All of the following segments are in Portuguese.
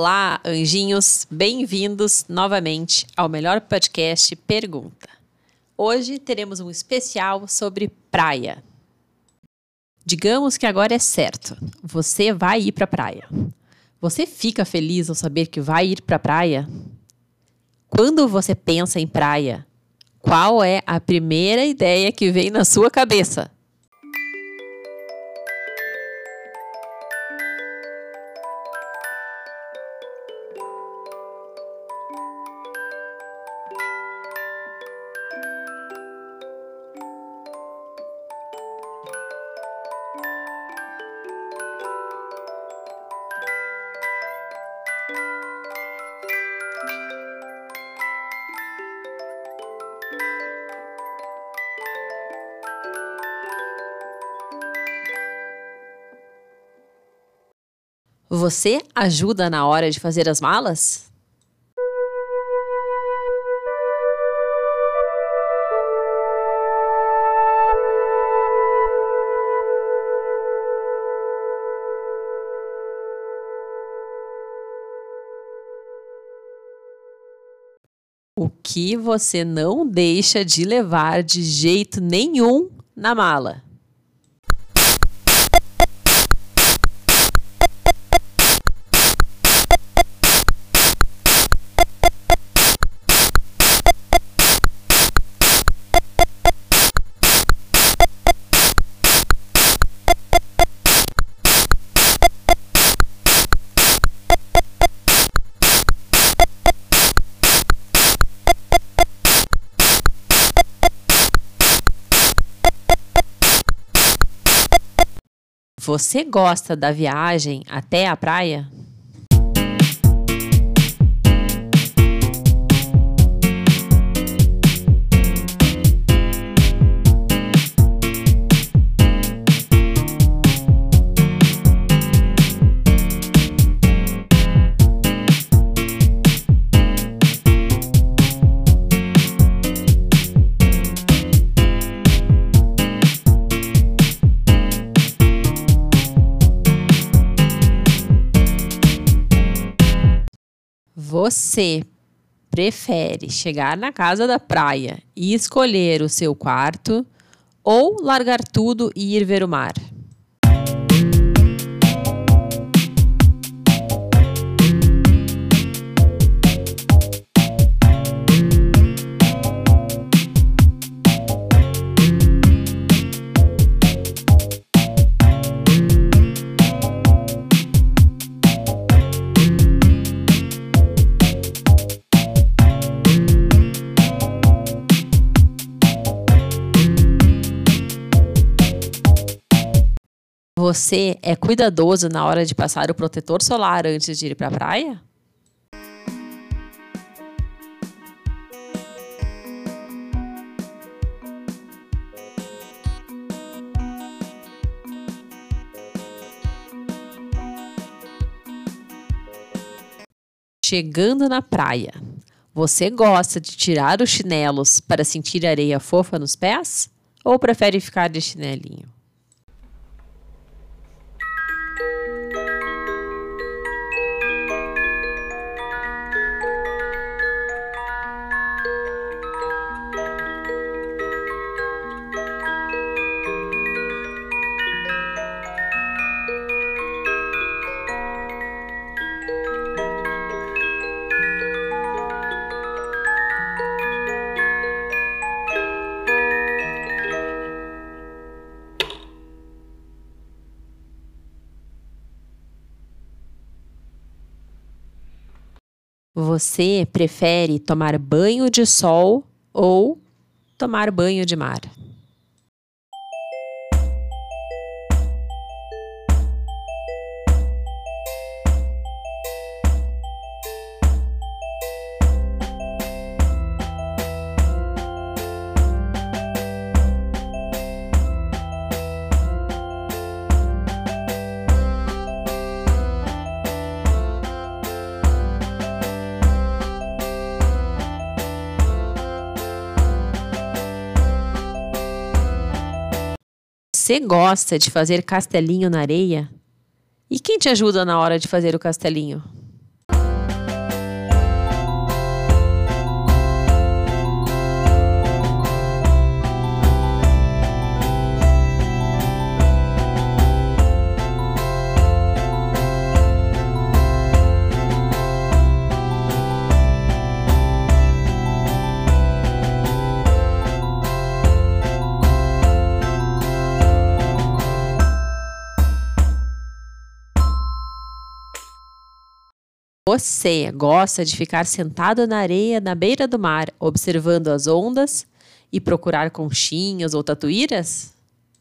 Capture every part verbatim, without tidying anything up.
Olá, anjinhos! Bem-vindos novamente ao melhor podcast Pergunta. Hoje teremos um especial sobre praia. Digamos que agora é certo, você vai ir para a praia. Você fica feliz ao saber que vai ir para a praia? Quando você pensa em praia, qual é a primeira ideia que vem na sua cabeça? Você ajuda na hora de fazer as malas? O que você não deixa de levar de jeito nenhum na mala? Você gosta da viagem até a praia? Você prefere chegar na casa da praia e escolher o seu quarto ou largar tudo e ir ver o mar? Você é cuidadoso na hora de passar o protetor solar antes de ir para a praia? Chegando na praia, você gosta de tirar os chinelos para sentir areia fofa nos pés? Ou prefere ficar de chinelinho? Você prefere tomar banho de sol ou tomar banho de mar? Você gosta de fazer castelinho na areia? E quem te ajuda na hora de fazer o castelinho? Você gosta de ficar sentado na areia na beira do mar, observando as ondas e procurar conchinhas ou tatuíras?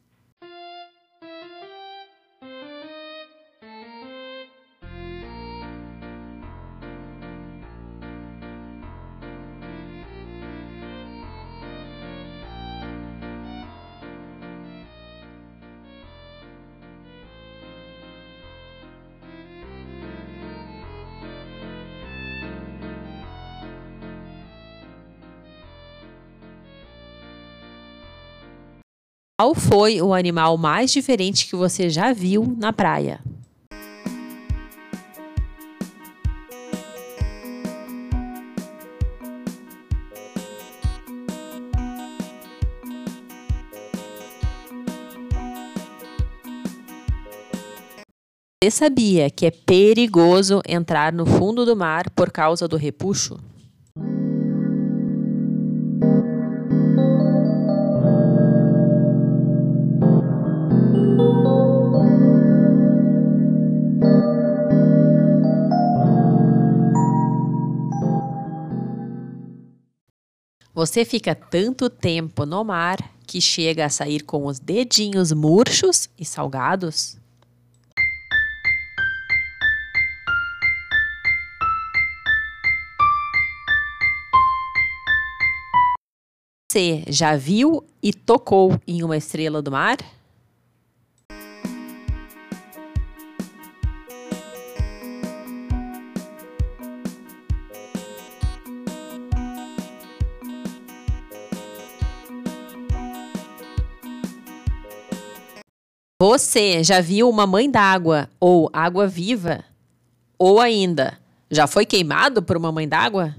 Qual foi o animal mais diferente que você já viu na praia? Você sabia que é perigoso entrar no fundo do mar por causa do repuxo? Você fica tanto tempo no mar que chega a sair com os dedinhos murchos e salgados? Você já viu e tocou em uma estrela do mar? Você já viu uma mãe d'água ou água viva? Ou ainda, já foi queimado por uma mãe d'água?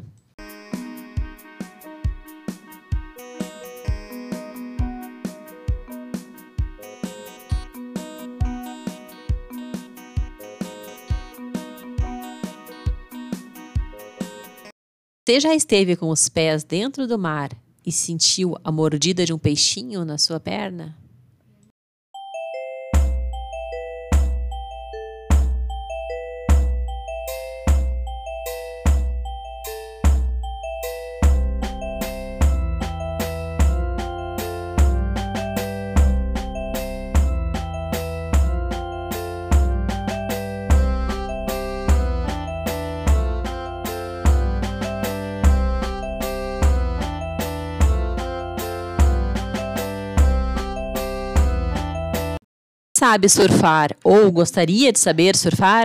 Você já esteve com os pés dentro do mar e sentiu a mordida de um peixinho na sua perna? Sabe surfar ou gostaria de saber surfar?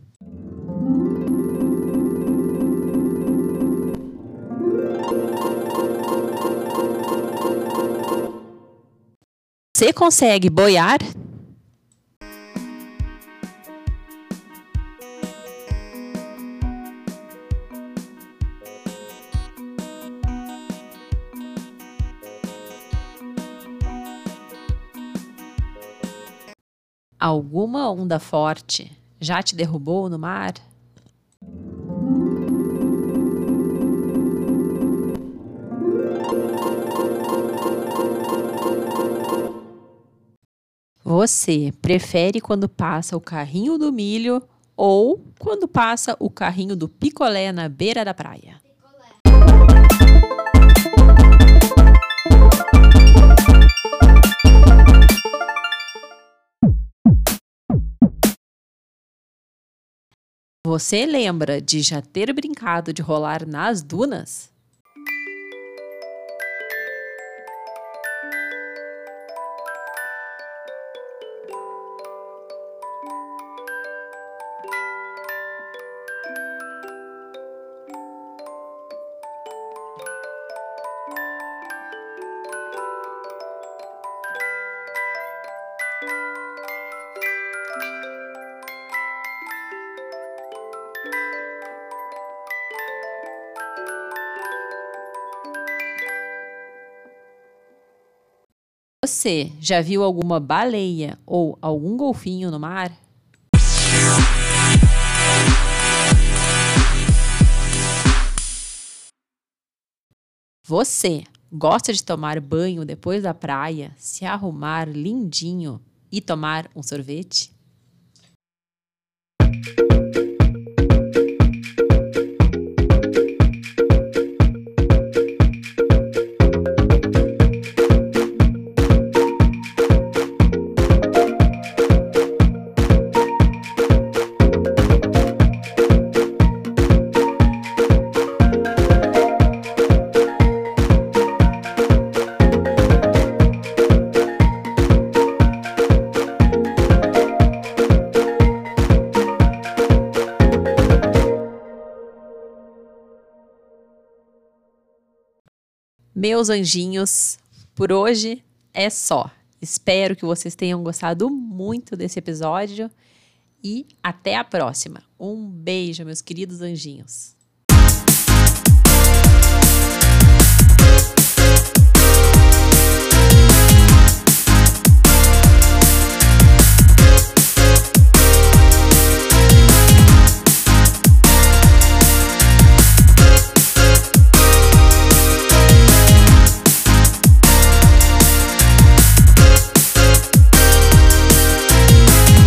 Você consegue boiar? Alguma onda forte já te derrubou no mar? Você prefere quando passa o carrinho do milho ou quando passa o carrinho do picolé na beira da praia? Você lembra de já ter brincado de rolar nas dunas? Você já viu alguma baleia ou algum golfinho no mar? Você gosta de tomar banho depois da praia, se arrumar lindinho e tomar um sorvete? Meus anjinhos, por hoje é só. Espero que vocês tenham gostado muito desse episódio e até a próxima. Um beijo, meus queridos anjinhos.